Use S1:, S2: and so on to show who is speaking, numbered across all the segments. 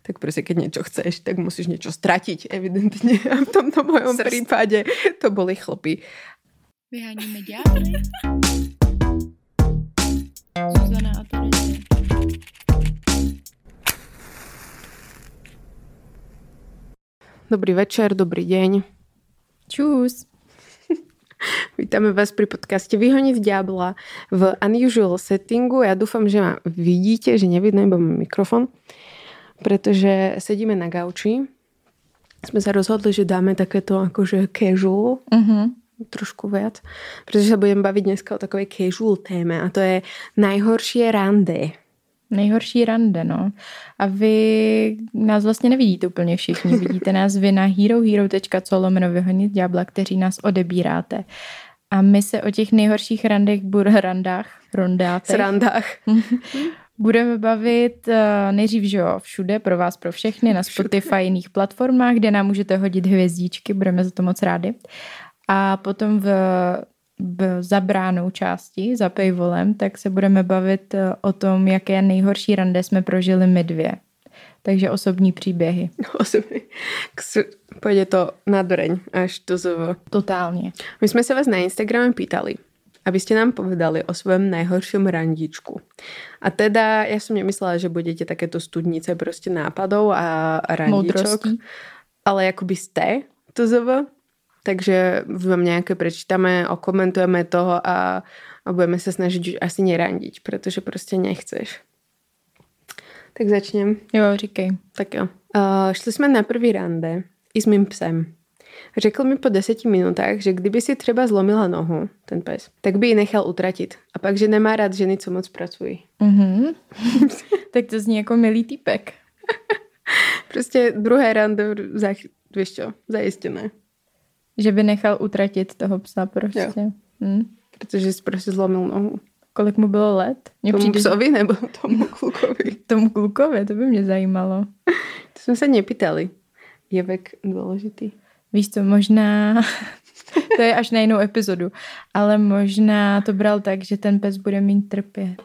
S1: tak proste keď niečo chceš, tak musíš niečo stratiť, evidentne. A v tomto mojom prípade to boli chlpy.
S2: Vyháníme ďábly. Zuzana a Terezie.
S1: Dobrý večer, dobrý deň.
S2: Čus.
S1: Vítame vás pri podcaste Vyhoniť diabla v unusual settingu. Ja dúfam, že ma vidíte, že nevidno iba mikrofón, pretože sedíme na gauči. Sme sa rozhodli, že dáme takéto akože casual, trošku viac, pretože sa budem baviť dneska o takovej casual téme a to je najhoršie rande.
S2: Nejhorší rande, no. A vy nás vlastně nevidíte úplně všichni. Vidíte nás vy na herohero.co/Vyhonit ďábla, kteří nás odebíráte. A my se o těch nejhorších randách budeme bavit nejdřív, že jo, všude, pro vás, pro všechny, na Spotify, jiných platformách, kde nám můžete hodit hvězdičky, budeme za to moc rádi. A potom v zabránou části, za paywallem, tak se budeme bavit o tom, jaké nejhorší rande jsme prožili my dvě. Takže osobní příběhy.
S1: Pôjde to na doreň až to zv.
S2: Totálně.
S1: My jsme se vás na Instagrame pýtali, aby ste nám povedali o svojom najhoršom randičku. A teda ja som nemyslela, že budete takéto studnice proste nápadov a randičok.
S2: Moudrostí.
S1: Ale akoby ste to zv. Takže vám nejaké prečítame, okomentujeme toho a budeme sa snažiť už asi nerandiť, pretože proste nechceš. Tak začnem.
S2: Jo, říkej.
S1: Tak jo. Šli jsme na prvý rande i s mým psem. Řekl mi po 10 minutách, že kdyby si třeba zlomila nohu, ten pes, tak by ji nechal utratit. A pak, že nemá rád ženy, co moc pracují.
S2: Tak to zní jako milý týpek.
S1: Prostě druhé rande, vieš čo, zajistené.
S2: Že by nechal utratit toho psa prostě.
S1: Protože jsi prostě zlomil nohu.
S2: Kolik mu bylo let?
S1: Tomu psovi nebo tomu klukovi?
S2: Tomu klukovi, to by mě zajímalo.
S1: To jsme se nepýtali. Je věk důležitý?
S2: Víš co, možná, to je až na jinou epizodu, ale možná to bral tak, že ten pes bude mít trpět.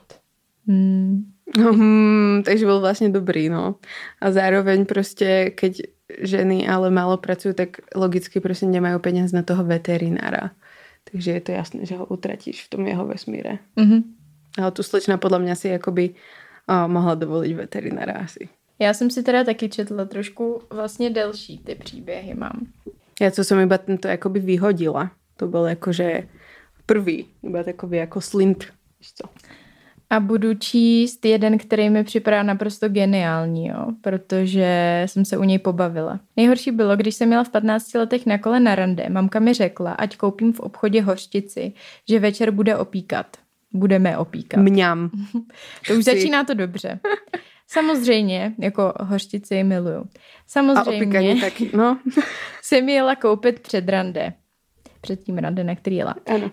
S1: Takže byl vlastně dobrý, no. A zároveň prostě, keď ženy ale málo pracujú, tak logicky prostě nemajú peniaz na toho veterinára. Takže je to jasné, že ho utratíš v tom jeho vesmíre. Ale tu slečna podľa mňa si akoby mohla dovoliť veterinára asi.
S2: Já jsem si teda taky četla trošku vlastně delší ty příběhy mám.
S1: Ja co som iba tento akoby vyhodila. To byl jakože prvý, iba takový jako slint.
S2: A budu číst jeden, který mi připadá naprosto geniální, jo? Protože jsem se u něj pobavila. Nejhorší bylo, když jsem měla v 15 letech na kole na rande. Mamka mi řekla, ať koupím v obchodě hořčici, že večer bude opíkat. Budeme opíkat.
S1: Mňam.
S2: To už začíná to dobře. Samozřejmě, jako hořčici miluju. Samozřejmě.
S1: A taky, no.
S2: Jsem jela koupit před rande. Před tím rande, na který jela.
S1: Ano.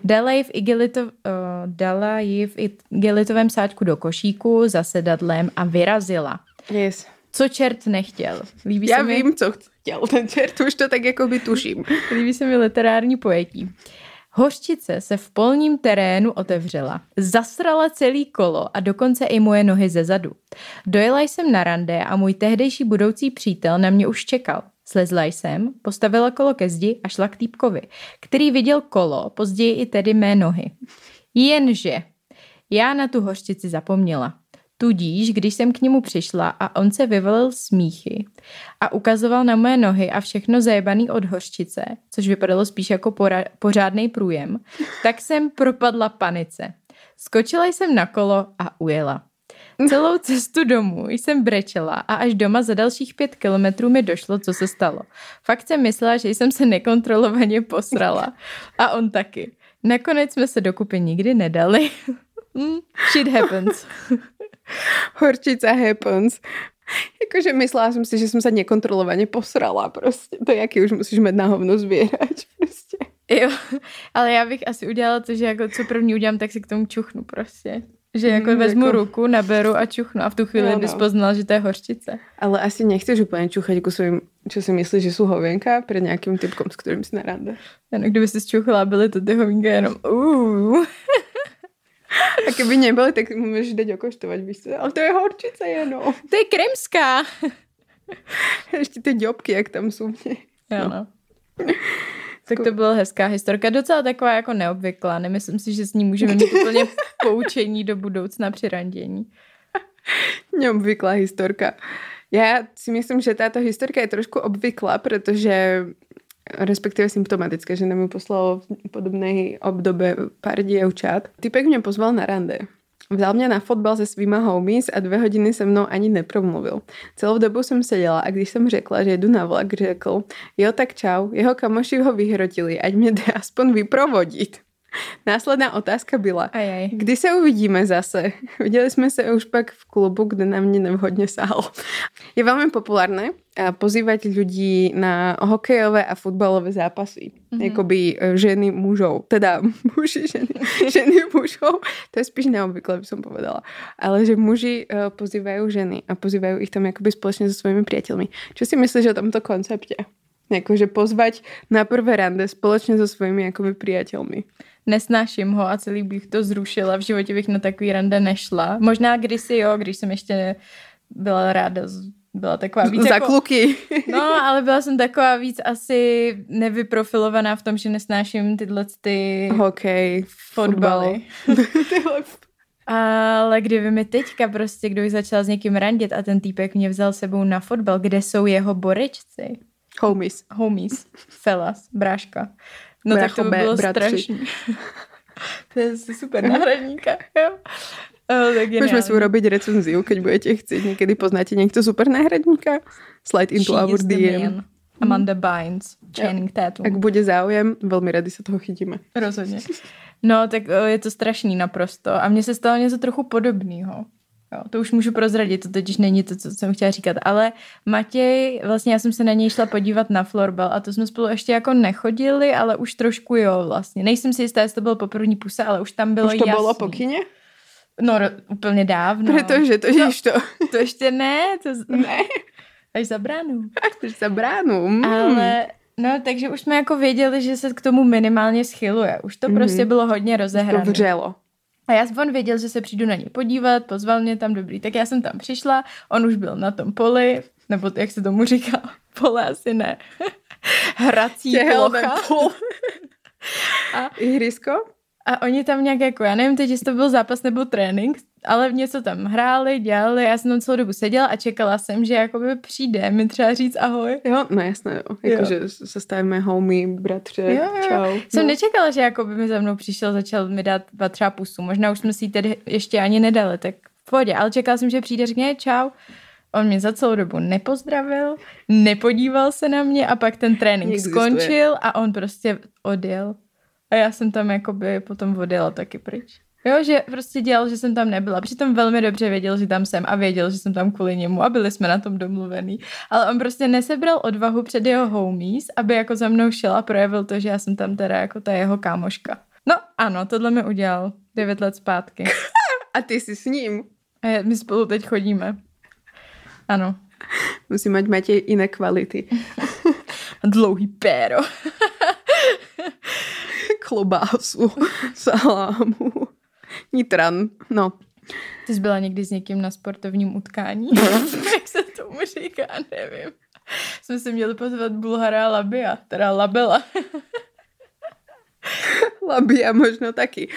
S2: Dala ji v igelitovém sáčku do košíku za sedadlem a vyrazila.
S1: Yes.
S2: Co čert nechtěl.
S1: Já vím, co chtěl ten čert, už to tak jakoby tuším.
S2: Líbí se mi literární pojetí. Hořčice se v polním terénu otevřela. Zasrala celý kolo a dokonce i moje nohy ze zadu. Dojela jsem na rande a můj tehdejší budoucí přítel na mě už čekal. Slezla jsem, postavila kolo ke zdi a šla k týpkovi, který viděl kolo, později i tedy mé nohy. Jenže já na tu hořčici zapomněla. Tudíž, když jsem k němu přišla a on se vyvalil smíchy a ukazoval na moje nohy a všechno zajebaný od hořčice, což vypadalo spíš jako pořádnej průjem, tak jsem propadla panice. Skočila jsem na kolo a ujela. Celou cestu domů jsem brečela a až doma za dalších 5 kilometrů mi došlo, co se stalo. Fakt jsem myslela, že jsem se nekontrolovaně posrala. A on taky. Nakonec jsme se dokupy nikdy nedali. Shit happens.
S1: Horčica happens. Jakože myslela jsem si, že jsem se nekontrolovaně posrala prostě. To jaký už musíš mít na hovno zbírať prostě.
S2: Jo, ale já bych asi udělala to, že jako co první udělám, tak si k tomu čuchnu prostě. Že jako vezmu ruku, naberu a čuchnu a v tu chvíli bys poznal, že to je hořčice.
S1: Ale asi nechceš úplně čuchať ku svým, čo si myslíš, že jsou hověnka před nějakým typkom, s kterým si na rande.
S2: Ano, kdyby si čuchla, byly to ty hovínka jenom
S1: A keby nebyly, tak můžeš dať okoštovať, víš co? Ale to je horčice jenom.
S2: To je kremská.
S1: Ještě ty ďobky, jak tam jsou mě.
S2: Jo, no. Tak to byla hezká historka, docela taková jako neobvyklá. Nemyslím si, že s ní můžeme mít úplně poučení do budoucna při randění.
S1: Neobvyklá historka. Já si myslím, že táto historka je trošku obvyklá, protože respektíve symptomatické, že nám ju poslalo v podobnej obdobe pár dievčat. Typek mě pozval na rande. Vzal mě na fotbal se svýma homies a 2 hodiny se mnou ani nepromluvil. Celou dobu jsem seděla a když jsem řekla, že jdu na vlak, řekl, jo tak čau, jeho kamoši ho vyhrotili, ať mě jde aspoň vyprovodit. Následná otázka byla, kdy se uvidíme zase? Viděli jsme se už pak v klubu, kde na mě nevhodně sáhl. Je velmi populárné pozývat ľudí na hokejové a futbalové zápasy. Jakoby ženy mužov. Teda muži, ženy mužov. To je spíš neobvyklé, by som povedala. Ale že muži pozývajú ženy a pozývajú ich tam jakoby společně so svojimi priateľmi. Čo si myslíš o tomto koncepte? Jakože pozvať na prvé rande společně so svojimi jakoby priateľmi.
S2: Nesnáším ho a celý bych to zrušila. V životě bych na takový rande nešla. Možná kdysi jo, když jsem ještě byla ráda, byla taková víc
S1: za
S2: jako...
S1: kluky.
S2: No, ale byla jsem taková víc asi nevyprofilovaná v tom, že nesnáším tyhle ty...
S1: Hokej,
S2: fotbaly. Ale kdyby mi teďka prostě, kdo začal s někým randět a ten týpek mě vzal sebou na fotbal, kde jsou jeho borečci? Homies. Fellas. Bráška. No Bracho, tak to by bylo strašný. To je super náhradníka. Jo.
S1: Môžeme si urobiť recenziu, keď budete chcieť. Niekedy poznáte niekto super náhradníka? Slide into our DM.
S2: Amanda Bynes. Channing Tatum.
S1: Ak bude záujem, veľmi rady sa toho chytíme.
S2: Rozhodně. No, tak je to strašný naprosto. A mně se stalo něco trochu podobného. Jo, to už můžu prozradit, to totiž není to, co jsem chtěla říkat, ale Matěj, vlastně já jsem se na něj šla podívat na florbal a to jsme spolu ještě jako nechodili, ale už trošku jo vlastně. Nejsem si jistá, jestli to bylo po první puse, ale už tam bylo jasný.
S1: Už to bylo po kině?
S2: No, úplně dávno.
S1: Protože to žiješ to.
S2: To ještě ne.
S1: Ne.
S2: Až za bránu.
S1: Až za bránu.
S2: Ale... No, takže už jsme jako věděli, že se k tomu minimálně schyluje. Už to prostě bylo hodně rozehrané.
S1: To vřelo.
S2: A on věděl, že se přijdu na něj podívat, pozval mě tam, dobrý. Tak já jsem tam přišla, on už byl na tom poli, nebo jak se tomu říká, pole asi ne. Hrací plocha.
S1: Ihrisko?
S2: A oni tam nějak jako, já nevím teď, jestli to byl zápas nebo trénink, ale něco tam hráli, dělali, já jsem tam celou dobu seděla a čekala jsem, že jakoby přijde mi třeba říct ahoj.
S1: Jo, no jasné, jo. Jakože se stavíme homie, bratře, jo. Čau.
S2: Jsem nečekala, že jakoby mi za mnou přišel, začal mi dát třeba pusu. Možná už jsme si ji tedy ještě ani nedali, tak v pohodě, ale čekala jsem, že přijde, řekne čau. On mě za celou dobu nepozdravil, nepodíval se na mě a pak ten trénink skončil a on prostě odjel. A já jsem tam jakoby potom odjela taky pryč. Jo, že prostě dělal, že jsem tam nebyla. Přitom velmi dobře věděl, že tam jsem a věděl, že jsem tam kvůli němu a byli jsme na tom domluvený. Ale on prostě nesebral odvahu před jeho homies, aby jako za mnou šel a projevil to, že já jsem tam teda jako ta jeho kámoška. No ano, tohle mi udělal 9 let zpátky.
S1: A ty jsi s ním?
S2: A my spolu teď chodíme. Ano.
S1: Musí mať Matěj jiné kvality.
S2: Dlouhý péro.
S1: Klobásu, salámu, nitran, no.
S2: Ty jsi byla někdy s někým na sportovním utkání? Jak se tomu říká, nevím. Jsme si měli pozvat Bulhara a Labia, teda Labela.
S1: Labia možno taky.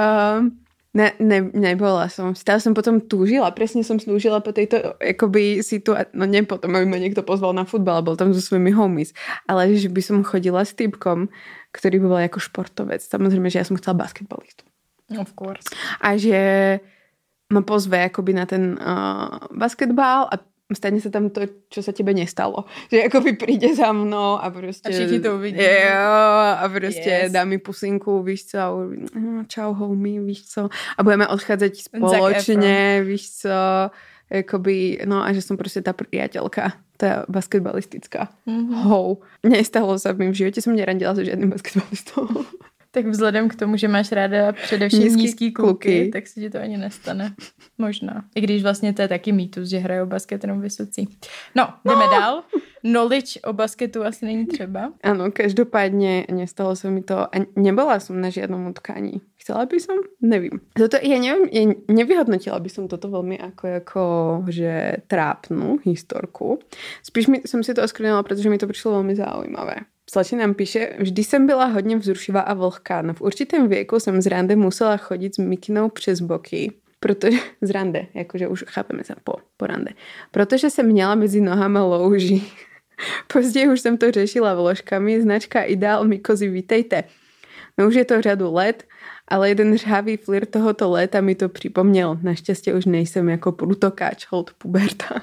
S1: Nebola som. Stále som potom túžila. Presne som túžila po tejto akoby situácii. No nie potom, aby ma niekto pozval na futbal, bol tam so svojimi homies. Ale že by som chodila s typkom, ktorý by bol ako športovec. Samozrejme, že ja som chcela basketbalistu.
S2: Of course.
S1: A že ma pozve akoby na ten basketbal a stane sa tam to, čo sa tebe nestalo. Že akoby príde za mnou a proste...
S2: A všichni to uvidí.
S1: Jo, a proste dá mi pusinku, víš co, a čau homie, víš co. A budeme odchádzať spoločne, víš co. Akoby, no a že som proste tá priateľka, tá basketbalistická. Hou. Nestalo sa v mým živote, som nerandila so žiadnym basketbalistom.
S2: Tak vzhledem k tomu, že máš ráda především nízký kluky, tak se ti to ani nestane. Možná. I když vlastně to je taky mýtus, že hrajou basket jenom vysocí. No, jdeme dál. Knowledge o basketu asi není třeba.
S1: Áno, každopádne nestalo sa mi to a nebola som na žiadnom utkání. Chcela by som? Nevím. Toto, ja neviem, nevyhodnotila by som toto veľmi ako že trápnu historku. Spíš som si to oskrinila, protože mi to přišlo velmi zaujímavé. Slečna nám píše, vždy jsem byla hodně vzrušivá a vlhká, no v určitém věku jsem z rande musela chodit s mikinou přes boky, protože z rande, jakože už chápeme se po rande, protože jsem měla mezi nohama louži. Později už jsem to řešila vložkami, značka Ideal mi kozy, vítejte. No už je to řadu let, ale jeden řhavý flirt tohoto léta mi to připomněl. Naštěstí už nejsem jako průtokáč, hold puberta.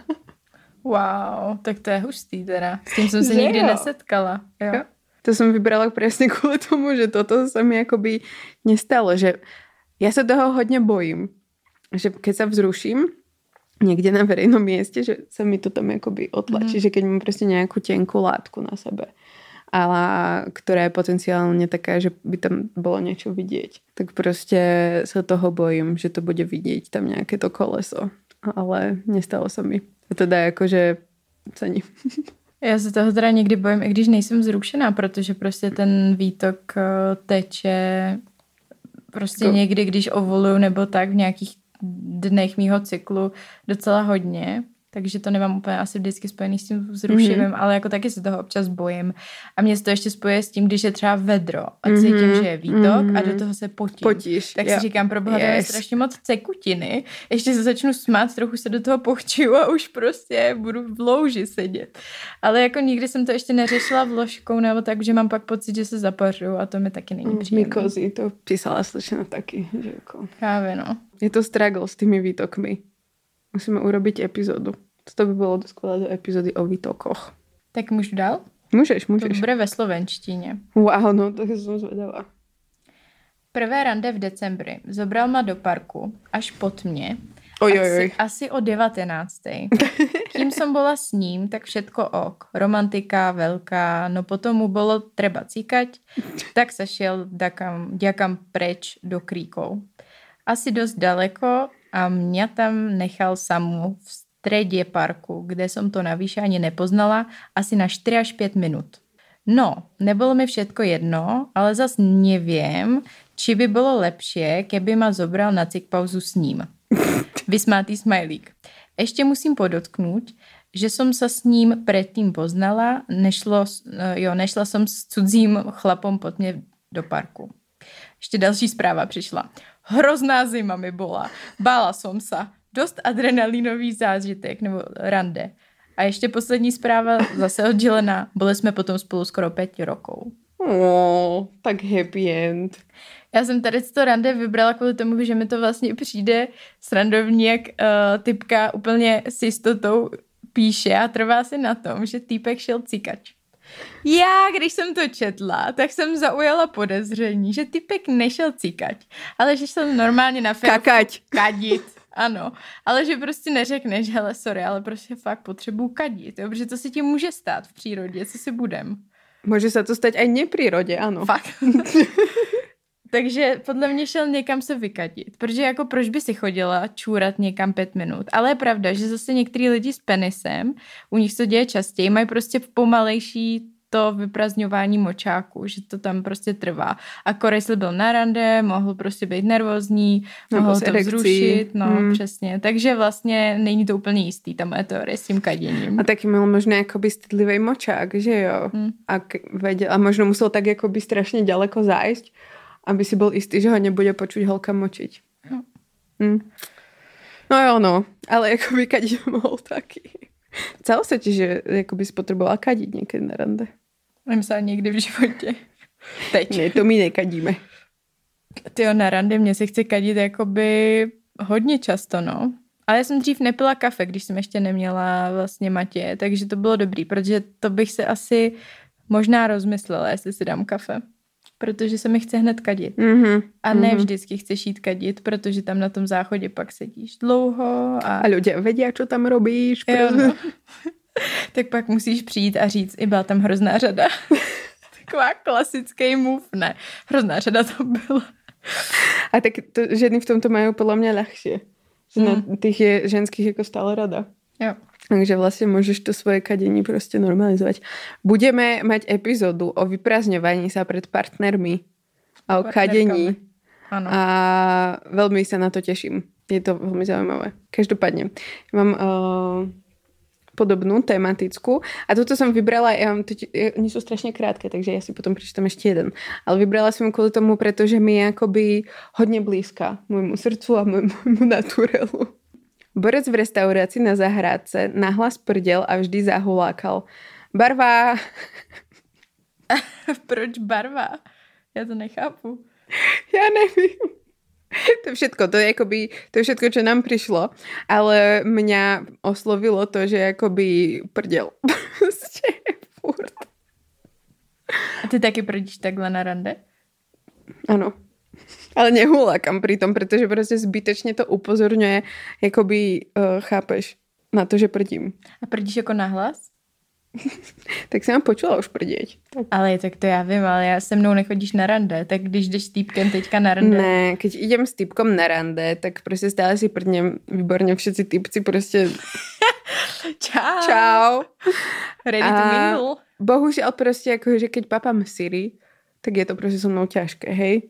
S2: Wow, tak to je hustý teda. S tím jsem se nikdy nesetkala. Jo.
S1: To jsem vybrala presne kvůli tomu, že toto se mi jakoby nestalo, že já se toho hodně bojím, že keď sa vzruším někde na verejnom mieste, že sa mi to tam jakoby otlačí, že keď mám prostě nějakou tenkou látku na sebe, ale která je potenciálně taká, že by tam bylo něco vidět, tak prostě se toho bojím, že to bude vidět tam nějaké to koleso, ale nestalo se mi. A teda jakože cením.
S2: Já se toho teda někdy bojím, i když nejsem zrušená, protože prostě ten výtok teče prostě někdy, když ovuluju nebo tak v nějakých dnech mýho cyklu docela hodně. Takže to nemám úplně asi vždycky spojený s tím vzrušivým, ale jako taky se toho občas bojím. A mě se to ještě spojuje s tím, když je třeba vedro a cítím, že je výtok a do toho se potíš. Tak si říkám, proboha, to je strašně moc cekutiny. Ještě se začnu smát, trochu se do toho pochčiju a už prostě budu v louži sedět. Ale jako nikdy jsem to ještě neřešila vložkou nebo tak, že mám pak pocit, že se zapařuju a to mi taky není příjemné.
S1: Mykozy, to písala slečna taky. Že jako...
S2: Právě, no.
S1: Je to struggle s tými výtokmi. Musíme urobiť epizódu. To by bylo skvělé do epizody o výtokoch.
S2: Tak můžu dál?
S1: Můžeš.
S2: To bude ve slovenštině.
S1: Wow, no, to jsem zvedala.
S2: Prvé rande v decembri. Zobral ma do parku, až po tmě. Asi o 19. Kým som bola s ním, tak všetko ok. Romantika veľká, no potom mu bolo treba cíkať, tak sa šiel ďakam preč do kríkov. Asi dosť daleko a mňa tam nechal samú v stredě parku, kde som to navyše ani nepoznala, asi na 4 až 5 minut. No, nebolo mi všetko jedno, ale zas neviem, či by bolo lepšie, keby ma zobral na cikpauzu s ním. Vysmátý smajlík. Ešte musím podotknúť, že som sa s ním predtým poznala, nešla som s cudzím chlapom pod mne do parku. Ešte další správa přišla. Hrozná zima mi bola. Bála som sa. Dost adrenalinový zážitek, nebo rande. A ještě poslední zpráva, zase oddělená. Byli jsme potom spolu skoro 5 rokov.
S1: Tak happy end.
S2: Já jsem tady to rande vybrala kvůli tomu, že mi to vlastně přijde srandovní, jak typka úplně s jistotou píše a trvá si na tom, že týpek šel cikač. Já, když jsem to četla, tak jsem zaujala podezření, že typek nešel cikač, ale že šel normálně na kadit. Ano, ale že prostě neřekneš, hele, sorry, ale prostě fakt potřebuju kadit, jo, protože to se ti může stát v přírodě, co si budem.
S1: Může se to stát aj nepřírodě, ano.
S2: Fakt. Takže podle mě šel někam se vykadit, protože jako proč by si chodila čůrat někam 5 minut, ale je pravda, že zase některý lidi s penisem, u nich se to děje častěji, mají prostě pomalejší to vyprazňování močáku, že to tam prostě trvá. A Korejsl byl na rande, mohl prostě být nervózní, mohl to vzrušit, přesně. Takže vlastně není to úplně jistý, ta moje teorie s tím kaděním.
S1: A taky měl možná jakoby stydlivý močák, že jo? A možno musel tak jakoby strašně daleko zájsť, aby si byl jistý, že ho nebude počuť holka močiť. No jo, no. Ale jakoby kadit mohl taky. Stalo se ti, že jakoby si potřebovala kadit někdy na rande?
S2: Nemyslela někdy v životě. Teď.
S1: Ne, to my nekadíme.
S2: Tyjo, na rande mě se chce kadit jakoby hodně často, no. Ale já jsem dřív nepila kafe, když jsem ještě neměla vlastně Matěje, takže to bylo dobrý, protože to bych se asi možná rozmyslela, jestli si dám kafe. Protože se mi chce hned kadit. A ne vždycky chceš jít kadit, protože tam na tom záchodě pak sedíš dlouho. A
S1: lidé vědí, co tam robíš.
S2: Jo, no. Tak pak musíš přijít a říct, i byla tam hrozná řada. Taková klasický move, ne. Hrozná řada to byla.
S1: A tak to, ženy v tomto mají podle mě lehčí. Že na těch je ženských jako stále rada.
S2: Jo.
S1: Takže vlastně můžeš to svoje kadení prostě normalizovat. Budeme mať epizódu o vyprázdňovaní sa pred partnermi a o kadení.
S2: Ano.
S1: A veľmi sa na to teším. Je to veľmi zaujímavé. Každopádne, mám podobnú, tematickú. A toto som vybrala, oni sú strašne krátke, takže ja si potom prečítam ešte jeden. Ale vybrala som ju kvôli tomu, pretože mi je akoby hodne blízka môjmu srdcu a môjmu naturelu. Borec v restaurácii na zahrádce nahlas prdel a vždy zahulákal. Barva!
S2: Proč barva? Já to nechápu.
S1: Ja nevím. To všetko, to je všetko, čo nám prišlo, ale mňa oslovilo to, že akoby prdel. Furt.
S2: A ty taky prdíš takhle na rande?
S1: Áno. Ale nehulákam pri tom, pretože proste zbytečne to upozorňuje, akoby chápeš, na to, že prdím.
S2: A prdíš jako nahlas?
S1: Tak jsem počula už prděť.
S2: Ale tak to já vím, ale já se mnou nechodíš na rande, tak když jdeš s týpkem teďka na rande.
S1: Ne, keď idem s týpkom na rande, tak prostě stále si prdnem výborně všetci týpci prostě
S2: Čau.
S1: Čau.
S2: Ready to mingle.
S1: Bohužiaľ prostě akože keď papám Siri, tak je to prostě so mnou ťažké, hej?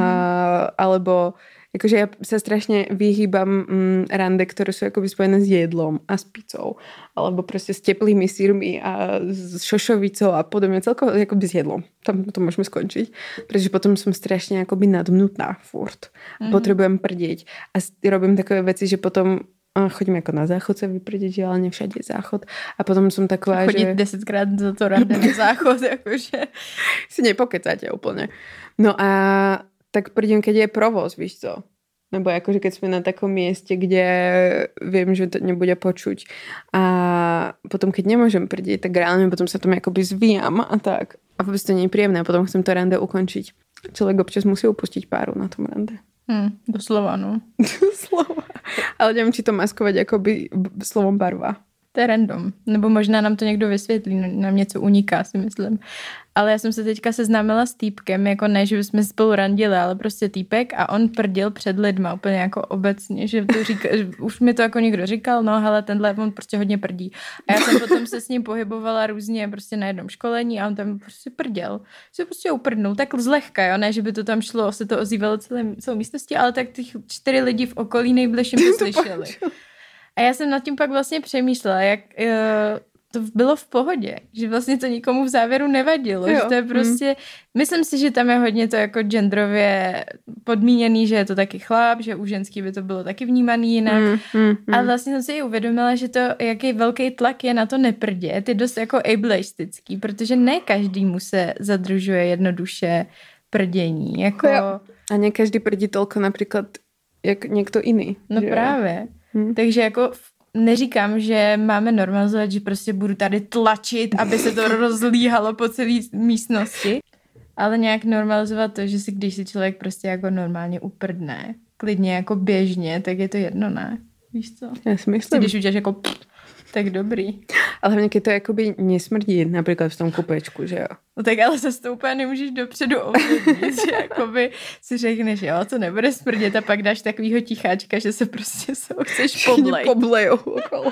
S1: Alebo akože ja sa strašne vyhýbam rande, ktoré sú akoby spojené s jedlom a s pizzou. Alebo proste s teplými sírmi a s šošovicou a podobne. Celkovo akoby s jedlom. Tam to môžeme skončiť. Pretože potom som strašne akoby nadmnutná furt. Potrebujem prdieť. A robím takové veci, že potom chodím ako na záchod sa vyprdeť, ale nevšade je záchod. A potom som taková,
S2: že... Chodit 10krát za to rande na záchod, jakože...
S1: Si nepokecáte úplne. No a tak prdím, keď je provoz, víš co? Nebo akože keď sme na takom mieste, kde viem, že to nebude počuť. A potom, keď nemôžem prdieť, tak reálne potom sa tam akoby zvíjam a tak. A vôbec to nie je príjemné. A potom chcem to rande ukončiť. Človek občas musí upustiť páru na tom rande.
S2: Doslova, no.
S1: Doslova. Ale neviem, či to maskovať akoby slovom barva.
S2: To je random. Nebo možná nám to někdo vysvětlí, nám něco uniká, si myslím. Ale já jsem se teďka seznámila s týpkem, jako ne, že jsme spolu randili, ale prostě týpek a on prdil před lidma, úplně jako obecně, že to říká, už mi to jako někdo říkal, no hele, tenhle on prostě hodně prdí. A já jsem potom se s ním pohybovala různě prostě na jednom školení a on tam prostě prdil. Se prostě uprdnul, tak zlehka, jo, ne, že by to tam šlo, se to ozývalo celou místností, ale tak těch 4 lidi v okolí nejbližším to slyšeli. A já jsem nad tím pak vlastně přemýšlela, jak to bylo v pohodě, že vlastně to nikomu v závěru nevadilo, že to je prostě, myslím si, že tam je hodně to jako genderově podmíněný, že je to taky chlap, že u ženský by to bylo taky vnímaný jinak. A vlastně jsem si i uvědomila, že to, jaký velký tlak je na to neprdět, je dost jako ableistický, protože ne každému se zadružuje jednoduše prdění. Jako...
S1: A ne každý prdí toľko například jak někdo jiný.
S2: No že? Právě. Takže jako neříkám, že máme normalizovat, že prostě budu tady tlačit, aby se to rozlíhalo po celé místnosti, ale nějak normalizovat to, že když si člověk prostě jako normálně uprdne, klidně jako běžně, tak je to jedno, ne? Víš co?
S1: Já si myslím.
S2: Když uděláš jako tak dobrý.
S1: Ale hlavně, když to jakoby nesmrdí, například v tom kupečku, že jo?
S2: No tak ale zase to úplně nemůžeš dopředu ovlivnit, že jakoby si řekneš, jo, to nebude smrdět a pak dáš takovýho ticháčka, že se prostě chceš
S1: poblejou okolo.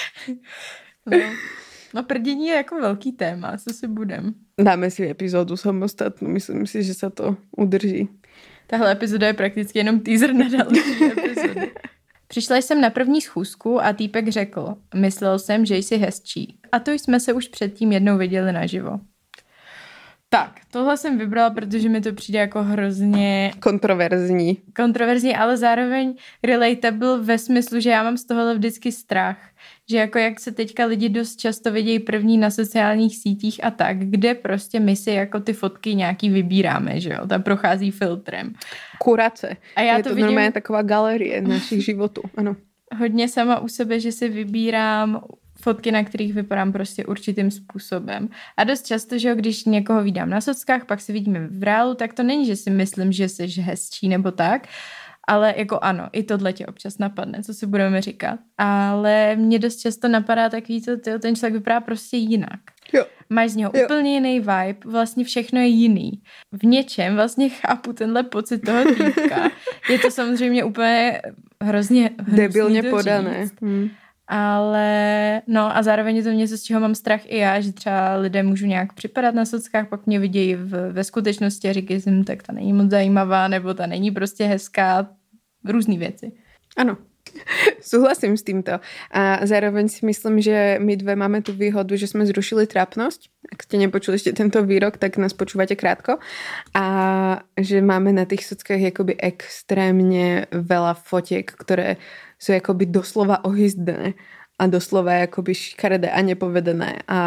S2: No prdění je jako velký téma, co si budem.
S1: Dáme si epizodu samostatnou, myslím si, že se to udrží.
S2: Tahle epizoda je prakticky jenom teaser na další epizody. Přišla jsem na první schůzku a týpek řekl, myslel jsem, že jsi hezčí. A to jsme se už předtím jednou viděli naživo. Tak, tohle jsem vybrala, protože mi to přijde jako hrozně... Kontroverzní, ale zároveň relatable ve smyslu, že já mám z tohohle vždycky strach. Že jako jak se teďka lidi dost často vidějí první na sociálních sítích a tak, kde prostě my si jako ty fotky nějaký vybíráme, že jo? Ta prochází filtrem.
S1: Kurace.
S2: A já
S1: je to vidím... normálně taková galerie našich životů, ano.
S2: Hodně sama u sebe, že si vybírám fotky, na kterých vypadám prostě určitým způsobem. A dost často, že když někoho vídám na sockách, pak si vidíme v reálu, tak to není, že si myslím, že jsi hezčí nebo tak, ale jako ano, i tohle tě občas napadne, co si budeme říkat. Ale mě dost často napadá takový to, ten člověk vypadá prostě jinak.
S1: Jo.
S2: Máš z něho úplně jiný vibe, vlastně všechno je jiný. V něčem vlastně chápu tenhle pocit toho týpka. Je to samozřejmě úplně hrozně
S1: debilně podané.
S2: Ale no a zároveň je to něco, z čeho mám strach i já, že třeba lidé můžu nějak připadat na sockách, pak mě vidějí ve skutečnosti a říkají si, tak ta není moc zajímavá, nebo ta není prostě hezká, různý věci.
S1: Áno, súhlasím s týmto. A zároveň si myslím, že my dve máme tú výhodu, že sme zrušili trápnosť. Ak ste nepočuli ešte tento výrok, tak nás počúvate krátko. A že máme na tých sockách akoby extrémne veľa fotiek, ktoré sú akoby doslova ohyzdené a doslova akoby škaredé a nepovedané. A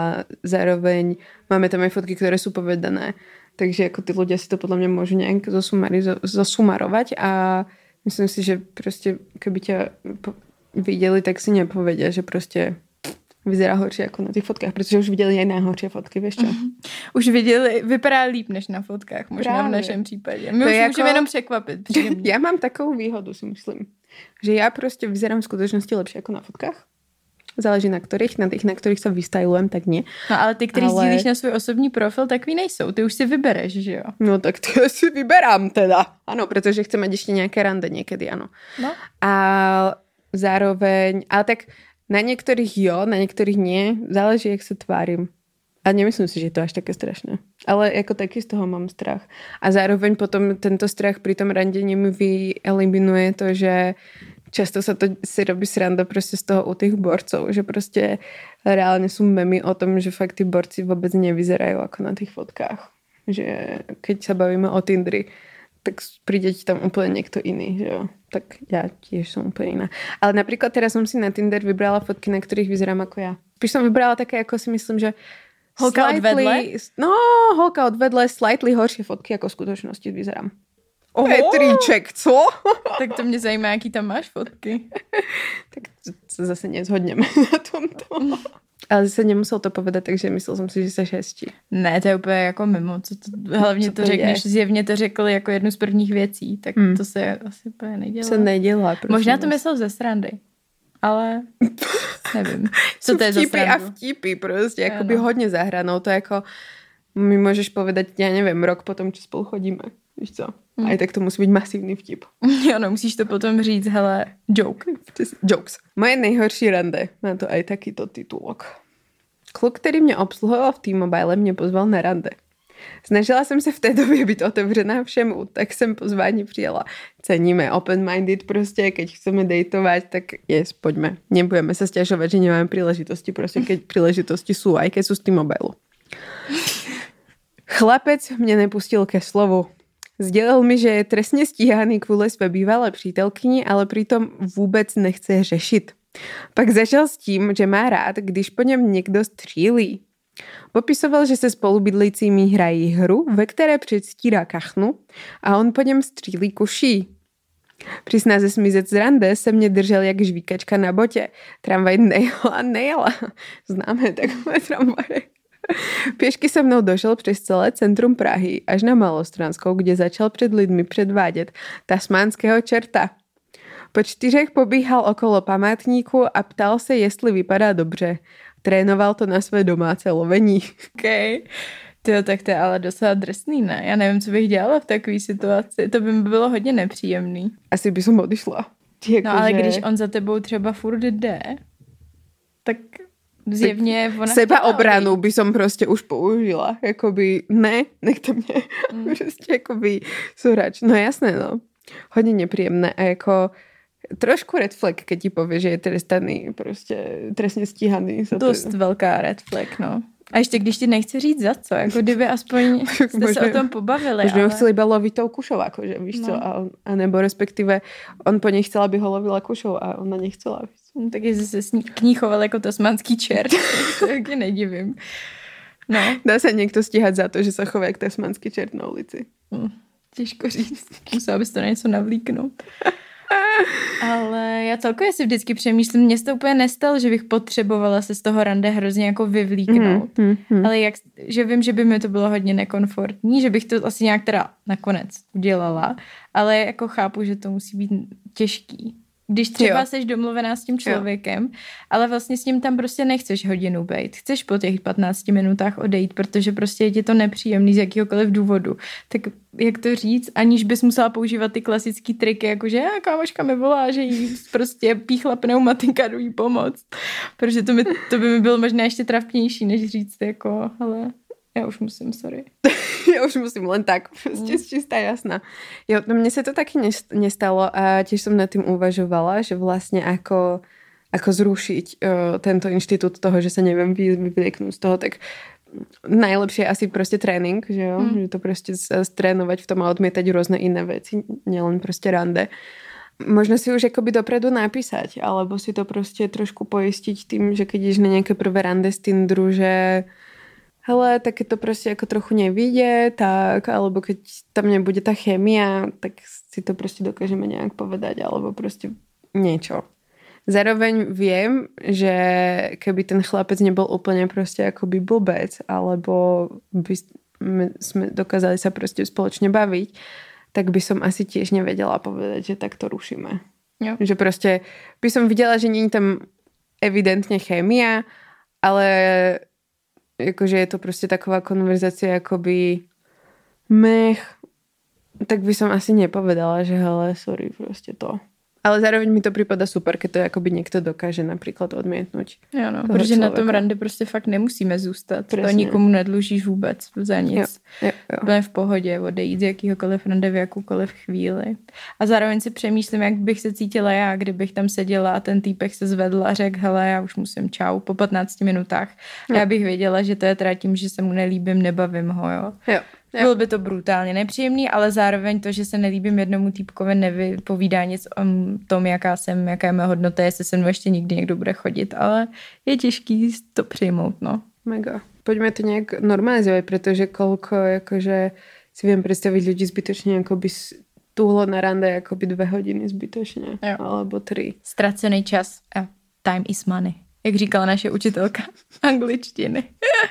S1: zároveň máme tam aj fotky, ktoré sú povedané. Takže ako tí ľudia si to podľa mňa môžu nejak zosumarovať a myslím si, že proste keby ťa videli, tak si nepovedia, že proste vyzerá horšie ako na tých fotkách, protože už viděli aj najhoršie fotky, vieš čo?
S2: Už viděli, vypadá líp než na fotkách, možná právě. V našem případě. My to už můžeme jenom překvapit.
S1: Já mám takovou výhodu, si myslím, že já prostě vyzerám v skutečnosti lepšie ako na fotkách. Záleží na ktorých, na ktorých sa vystylujem, tak nie.
S2: No ale ty, který sdílíš na svůj osobní profil, takový nejsou. Ty už si vybereš, že jo?
S1: No tak to si vyberám teda. Ano, protože chcem mať ešte nejaké rande niekedy, ano.
S2: No.
S1: A zároveň, ale tak na niektorých jo, na niektorých nie. Záleží, jak sa tvárim. A nemyslím si, že je to až také strašné. Ale jako taky z toho mám strach. A zároveň potom tento strach pri tom randení mi vyeliminuje to, že často sa to si robí sranda prostě z toho u tých borcov, že prostě reálne sú memy o tom, že fakt tí borci vôbec nevyzerajú ako na tých fotkách. Že keď sa bavíme o Tinderi, tak príde ti tam úplne niekto iný, že jo. Tak ja tiež som úplne iná. Ale napríklad teraz som si na Tinder vybrala fotky, na ktorých vyzerám ako ja. Spíš som vybrala také, ako si myslím, že
S2: holka od vedle?
S1: No, holka od vedle, slightly horšie fotky, ako v skutočnosti vyzerám. Petríček, co?
S2: Tak to mě zajímá, jaký tam máš fotky.
S1: Tak se zase nezhodneme na tomto. Ale zase nemusel to povedat, takže myslel jsem si, že se hezčí.
S2: Ne, to je úplně jako mimo. Hlavně to řekneš, zjevně to řekl jako jednu z prvních věcí, tak to se asi úplně nedělá.
S1: Se nedělá.
S2: Možná to myslel ze srandy, ale nevím. Co to je za srandu?
S1: A vtipy prostě, jakoby hodně zahranou. To jako mi můžeš povedať, já nevím, rok potom, čo spolu chodíme. Víš co? A i tak to musí být masivní vtip.
S2: Jo, no, musíš to potom říct, hele, joke.
S1: Jokes. Moje nejhorší rande, má to aj takýto titulok. Kluk, který mě obsluhoval v T-Mobile, mě pozval na rande. Snažila jsem se v té době být otevřená všemu, tak jsem pozvání přijela. Ceníme open-minded prostě, keď chceme dejtovať, tak yes, poďme. Nebudeme se sťažovať, že nemáme príležitosti, prostě keď príležitosti sú, aj keď sú z T-Mobile. Chlapec mě nepustil ke slovu. Sdělil mi, že je trestně stíhaný kvůli své bývalé přítelkyni, ale přitom vůbec nechce řešit. Pak začal s tím, že má rád, když po něm někdo střílí. Popisoval, že se spolubydlícími hrají hru, ve které předstírá kachnu a on po něm střílí kuší. Při snaze smizet z rande se mě držel jak žvíkačka na botě. Tramvaj nejela. Známe takové tramvaje. Pěšky se mnou došel přes celé centrum Prahy až na Malostranskou, kde začal před lidmi předvádět tasmánského čerta. Po 4 pobíhal okolo památníku a ptal se, jestli vypadá dobře. Trénoval to na své domácí lovení.
S2: Okay. Tyjo, tak to je ale docela drsný, ne? Já nevím, co bych dělala v takové situaci. To by mi bylo hodně nepříjemný.
S1: Asi by som odišla.
S2: No ale když on za tebou třeba furt jde, tak zjevně ona
S1: sebaobranu by som prostě už použila. Jakoby, ne, nechte mě. Prostě jakoby surač. No jasné, no. Hodně nepříjemné a jako trošku red flag, keď ti povie, že je trestaný, prostě trestně stíhaný.
S2: Dost velká red flag, no. A ještě když ti nechci říct za co, jako kdyby aspoň jste možná, se o tom pobavili.
S1: Možná ale... chceli iba loviť tou kušou, akože, víš co, a nebo respektive on po něj chcel, aby ho lovila kušou a ona nechcela.
S2: No, tak jestli se k ní choval jako tasmánský čert, to taky nedivím. No.
S1: Dá se někdo stíhat za to, že se chová jak tasmánský čert na ulici.
S2: Těžko říct. Musela bys to na něco navlíknout. Ale já celkově si vždycky přemýšlím, mně se to úplně nestalo, že bych potřebovala se z toho rande hrozně jako vyvlíknout. Ale že vím, že by mi to bylo hodně nekomfortní, že bych to asi nějak teda nakonec udělala, ale jako chápu, že to musí být těžký. Když třeba seš domluvená s tím člověkem, ale vlastně s ním tam prostě nechceš hodinu bejt. Chceš po těch 15 minutách odejít, protože prostě je ti to nepříjemný z jakýhokoliv důvodu. Tak jak to říct, aniž bys musela používat ty klasické triky, jakože kámoška mi volá, že jí prostě píchla pneumatika, jdu jí pomoct. Protože to by mi bylo možná ještě trapnější, než říct jako, hele, já už musím, sorry.
S1: Ja už musím len tak, proste čistá jasná. Jo, no mne sa to taky nestalo a tiež som nad tým uvažovala, že vlastne ako zrušiť tento inštitút toho, že sa neviem vyvlieknúť z toho, tak najlepšie je asi proste tréning, že jo, že to proste strénovať v tom a odmietať rôzne iné veci, nielen proste rande. Možno si už akoby dopredu napísať, alebo si to proste trošku poistiť tým, že keď ideš na nejaké prvé rande z Tinderu, že hele, tak keď to proste ako trochu nevyjde, tak, alebo keď tam nebude tá chémia, tak si to proste dokážeme nejak povedať, alebo proste niečo. Zároveň viem, že keby ten chlapec nebol úplne proste akoby blbec, alebo by sme dokázali sa proste spoločne baviť, tak by som asi tiež nevedela povedať, že tak to rušíme.
S2: Jo.
S1: Že proste by som videla, že nie je tam evidentne chémia, ale akože je to proste taková konverzácia akoby mech, tak by som asi nepovedala, že hele, sorry, proste to. Ale zároveň mi to prípada super, keď to akoby niekto dokáže napríklad odmietnúť.
S2: Jo, no, protože člověka. Na tom rande prostě fakt nemusíme zůstat. Presne. To nikomu nedlužíš vůbec za nic. Jo. Budeme v pohodě odejít z jakýhokoliv rande v jakoukoliv chvíli. A zároveň si přemýšlím, jak bych se cítila já, kdybych tam seděla a ten týpek se zvedl a řekl, hele, já už musím čau po 15 minutách. A já bych věděla, že to je teda tím, že se mu nelíbím, nebavím ho, jo. Bylo by to brutálně nepříjemný, ale zároveň to, že se nelíbím jednomu týpkovi, nevypovídá nic o tom, jaká jsem, jaká je moje hodnota, jestli se mnou ještě nikdy někdo bude chodit, ale je těžký to přijmout, no.
S1: Mega. Poďme to nejak normalizovať, pretože koľko, akože si viem predstaviť ľudí zbytočne akoby túhlo na rande akoby 2 hodiny zbytočne, alebo 3.
S2: Ztracený čas a time is money, jak říkala naše učitelka angličtiny.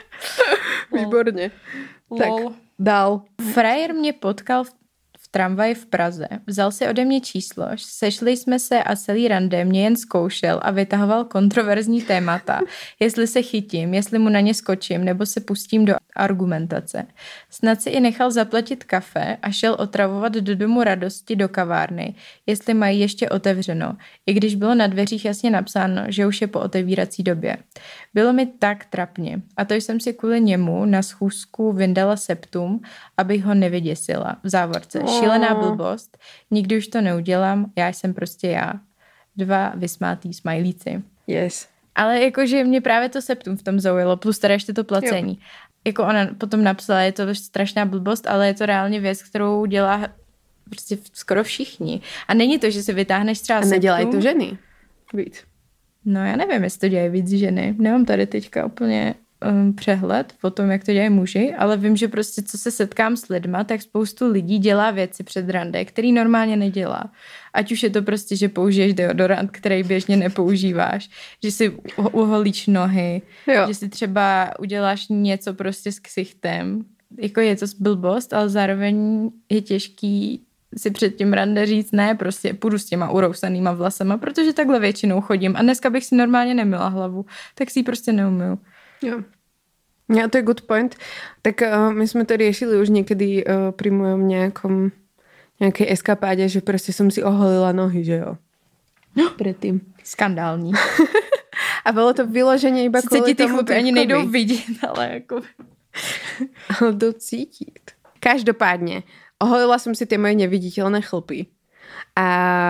S1: Výborně. Tak. Dál.
S2: Frajer mě potkal v tramvaji v Praze, vzal si ode mě číslo, sešli jsme se a celý rande mě jen zkoušel a vytahoval kontroverzní témata, jestli se chytím, jestli mu na ně skočím nebo se pustím do argumentace. Snad si i nechal zaplatit kafe a šel otravovat do Domu radosti do kavárny, jestli mají ještě otevřeno, i když bylo na dveřích jasně napsáno, že už je po otevírací době. Bylo mi tak trapně a to jsem si kvůli němu na schůzku vyndala septum, abych ho nevyděsila. V závorce. Šílená blbost, nikdy už to neudělám, já jsem prostě já. 2 vysmátý smajlíci.
S1: Yes.
S2: Ale jakože mě právě to septum v tom zaujalo, plus teda ještě to placení. Jo. Jako ona potom napsala, je to strašná blbost, ale je to reálně věc, kterou dělá prostě skoro všichni. A není to, že si vytáhneš třeba septum.
S1: A nedělají to ženy víc.
S2: No já nevím, jestli to dělají víc ženy. Nemám tady teďka úplně přehled o tom, jak to dělají muži, ale vím, že prostě co se setkám s lidma, tak spoustu lidí dělá věci před rande, který normálně nedělá. Ať už je to prostě, že použiješ deodorant, který běžně nepoužíváš, že si uholíš nohy, že si třeba uděláš něco prostě s ksichtem. Jako je to blbost, ale zároveň je těžký si před tím rande říct, ne, prostě půjdu s těma urousanýma vlasama, protože takhle většinou chodím a dneska bych si normálně nemyla hlavu, tak si ji prostě neumyju.
S1: Jo. Ja, to je good point. Tak my sme to riešili už niekedy pri mojom nejakej eskapáde, že proste som si oholila nohy, že jo. Predtým.
S2: Skandální.
S1: A bolo to vyloženie iba kvôli tomu. Sice ti
S2: ty chlupy ani nejdou vidět, ale jako...
S1: Ale jdou cítiť. Každopádne, oholila som si tie moje neviditeľné chlpy. A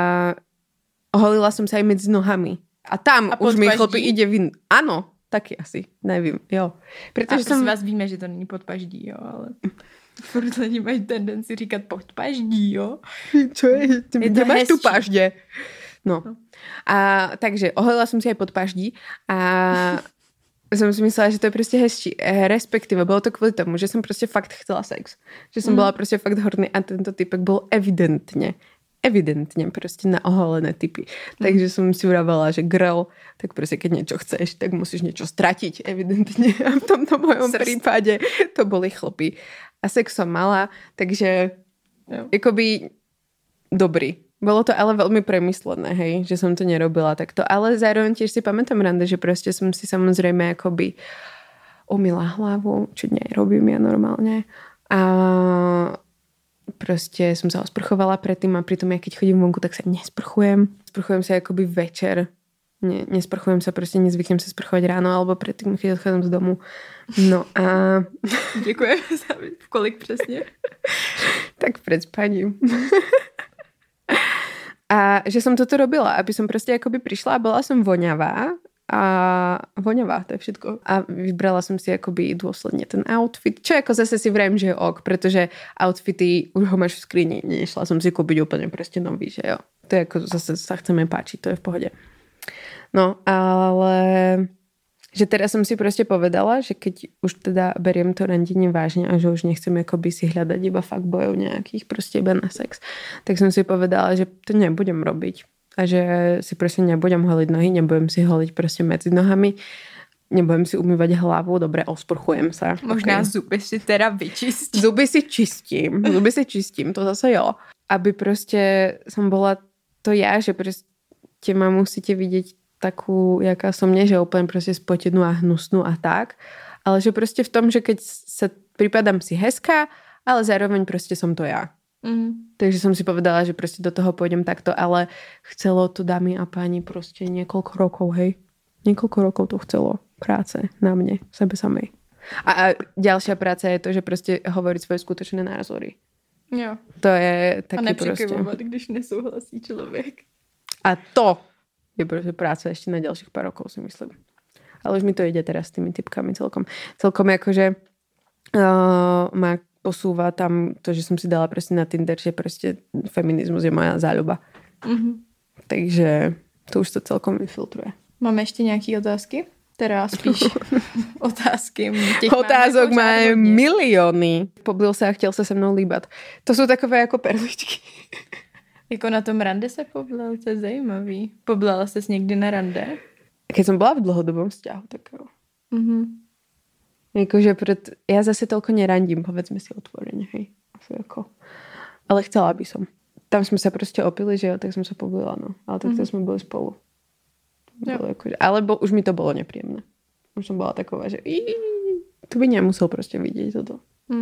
S1: oholila som sa aj medzi nohami. A tam už mi chlpy ide Áno. Taky asi, nevím, jo.
S2: Protože jsem vás víme, že to není podpaždí, jo, ale furt lidi mají tendenci říkat podpaždí, jo.
S1: Čo je? Kde máš tu paždě? No. A takže oholila jsem si aj podpaždí a jsem si myslela, že to je prostě hezčí. Respektive bylo to kvůli tomu, že jsem prostě fakt chcela sex. Že jsem byla prostě fakt horný a tento typek byl evidentne proste na oholené typy. Takže som si uravela, že girl, tak proste keď niečo chceš, tak musíš niečo stratiť, evidentne. A v tomto mojom prípade to boli chlpy. A sex som mala, takže akoby dobrý. Bolo to ale veľmi premyslené, hej, že som to nerobila takto. Ale zároveň tiež si pamätám rande, že proste som si samozrejme akoby umyla hlavu, čo nerobím ja normálne. A proste som sa osprchovala predtým a pritom ja keď chodím vonku, tak sa nesprchujem. Sprchujem sa akoby večer. Nesprchujem sa, proste nezvyknem sa sprchovať ráno alebo predtým, keď odchádzam z domu. No a...
S2: Ďakujem za kolik presne?
S1: Tak pred spaním. A že som toto robila, aby som proste akoby prišla a bola som voňavá. A voňavá, to je všetko. A vybrala som si akoby dôsledne ten outfit. Čo ako zase si vrajím, že je ok, pretože outfity už ho máš v skrini. Nešla som si kúpiť úplne proste nový, že jo. To je ako zase sa chceme páčiť, to je v pohode. No, ale že teraz som si proste povedala, že keď už teda beriem to randenie vážne a že už nechcem akoby si hľadať iba fuckboyov nejakých, proste iba na sex, tak som si povedala, že to nebudem robiť. A že si proste nebudem holiť nohy, nebudem si holiť proste medzi nohami, nebudem si umývať hlavu, dobre, osprchujem sa.
S2: Možná okay. Zuby si teda vyčistím.
S1: Zuby si čistím, to zase jo. Aby proste som bola to ja, že proste ma musíte vidieť takú, jaká som nie, že úplne proste spotenú a hnusnú a tak, ale že proste v tom, že keď sa pripadám si hezká, ale zároveň proste som to ja. Takže som si povedala, že proste do toho pôjdem takto, ale chcelo to, dámy a páni, proste niekoľko rokov, hej. Niekoľko rokov to chcelo práce na mne, sebe samej. A ďalšia práca je to, že proste hovoriť svoje skutočné názory.
S2: Jo.
S1: To je taký
S2: a nepřekyvovat, když nesouhlasí člověk. A
S1: to je proste práca ešte na ďalších pár rokov, si myslím. Ale už mi to ide teraz s tými typkami celkom. Celkom akože ma posúva tam to, že som si dala proste na Tinder, že proste feminizmus je moja záľuba. Takže to už to celkom vyfiltruje.
S2: Máme ešte nejaké otázky? Teda spíš otázky.
S1: Otázok má milióny. Poblil sa a chtěl sa se mnou líbat. To sú takové ako perličky.
S2: Jako na tom rande se poblal, to je zajímavý. Poblala ses někdy na rande?
S1: Keď som bola v dlhodobom vzťahu, tak jo. Jakože ja zase toľko nerandím, povedzme si otvorene, hej. Ako. Ale chcela by som. Tam sme sa proste opili, že jo, tak som sa poblila, no. Ale tak sme boli spolu. Akože, ale už mi to bolo nepríjemné. Už som bola taková, že tu by nemusel proste vidieť toto.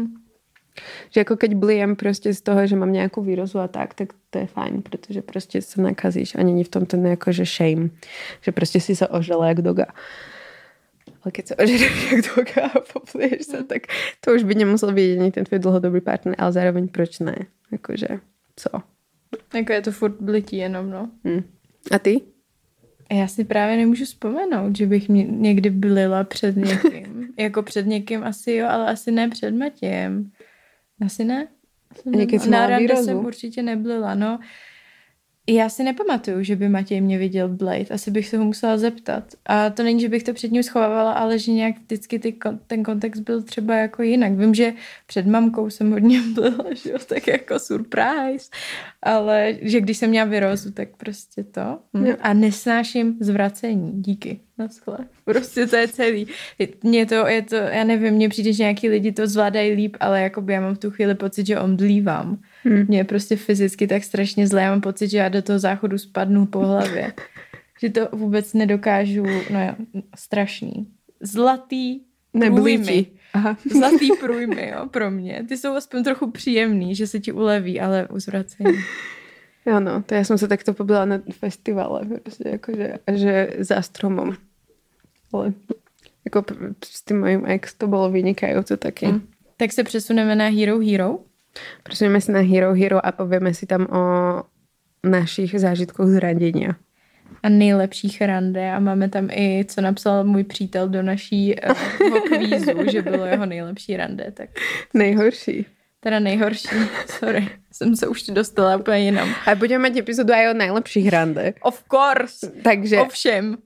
S1: Že ako keď bliem proste z toho, že mám nejakú výrozu a tak to je fajn, pretože proste sa nakazíš a není v tom ten nejako, že shame. Že proste si sa ožrala jak doga. Ale keď sa ožreš jak doga a poplieš sa, tak to už by nemusel byť ani ten tvoj dlhodobý partner, ale zároveň proč ne? Akože, co?
S2: Jako je to furt blití jenom, no.
S1: A ty?
S2: Já si právě nemůžu vzpomenout, že bych někdy blila před někým. Jako před někým asi jo, ale asi ne před Matějem. Asi ne. Na rande jsem určitě neblila, no. Já si nepamatuju, že by Matěj mě viděl blejt. Asi bych se ho musela zeptat. A to není, že bych to před ním schovávala, ale že nějak vždycky ten kontext byl třeba jako jinak. Vím, že před mamkou jsem hodně blila, že jo, tak jako surprise. Ale že když jsem měla virózu, tak prostě to. A nesnáším zvracení. Díky. Naschle. Prostě to je celý. Je to, já nevím, mně přijde, že nějaký lidi to zvládají líp, ale jakoby já mám v tu chvíli pocit, že omdlívám. Mně je prostě fyzicky tak strašně zlé, já mám pocit, že já do toho záchodu spadnu po hlavě. Že to vůbec nedokážu, no jo, strašný. Zlatý průjmy. Zlatý průjmy, jo, pro mě. Ty jsou aspoň trochu příjemný, že se ti uleví, ale uzvracení.
S1: Jo no, to ja som sa takto pobila na festivale, proste akože, že za stromom. Ale ako s tým mojím ex to bolo vynikajúce také.
S2: Tak se přesuneme na Hero Hero?
S1: Presuneme si na Hero Hero a povieme si tam o našich zážitkoch z randenia.
S2: A nejlepších rande a máme tam i, co napsal můj přítel do našího kvízu, že bylo jeho nejlepší rande. Tak...
S1: Nejhorší.
S2: Teda nejhorší, sorry, jsem se už dostala úplně jinam.
S1: A budeme mať epizodu aj o najlepších rande.
S2: Of course,
S1: takže...
S2: ovšem.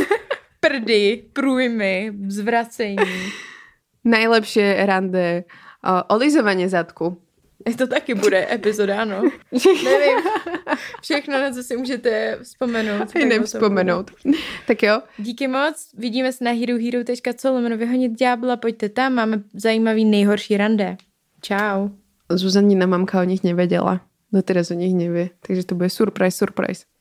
S2: Prdy, průjmy, zvracení.
S1: Najlepšie rande, olizovanie zadku.
S2: To taky bude epizoda, no. Nevím. Všechno, na co si můžete vzpomenout.
S1: Nevzpomenout. Tak jo.
S2: Díky moc. Vidíme se na herohero.co/vyhonit ďábla. Pojďte tam, máme zajímavý nejhorší rande. Čau.
S1: Zuzanina mamka o nich nevedela. Doteraz o nich nevie. Takže to bude surprise.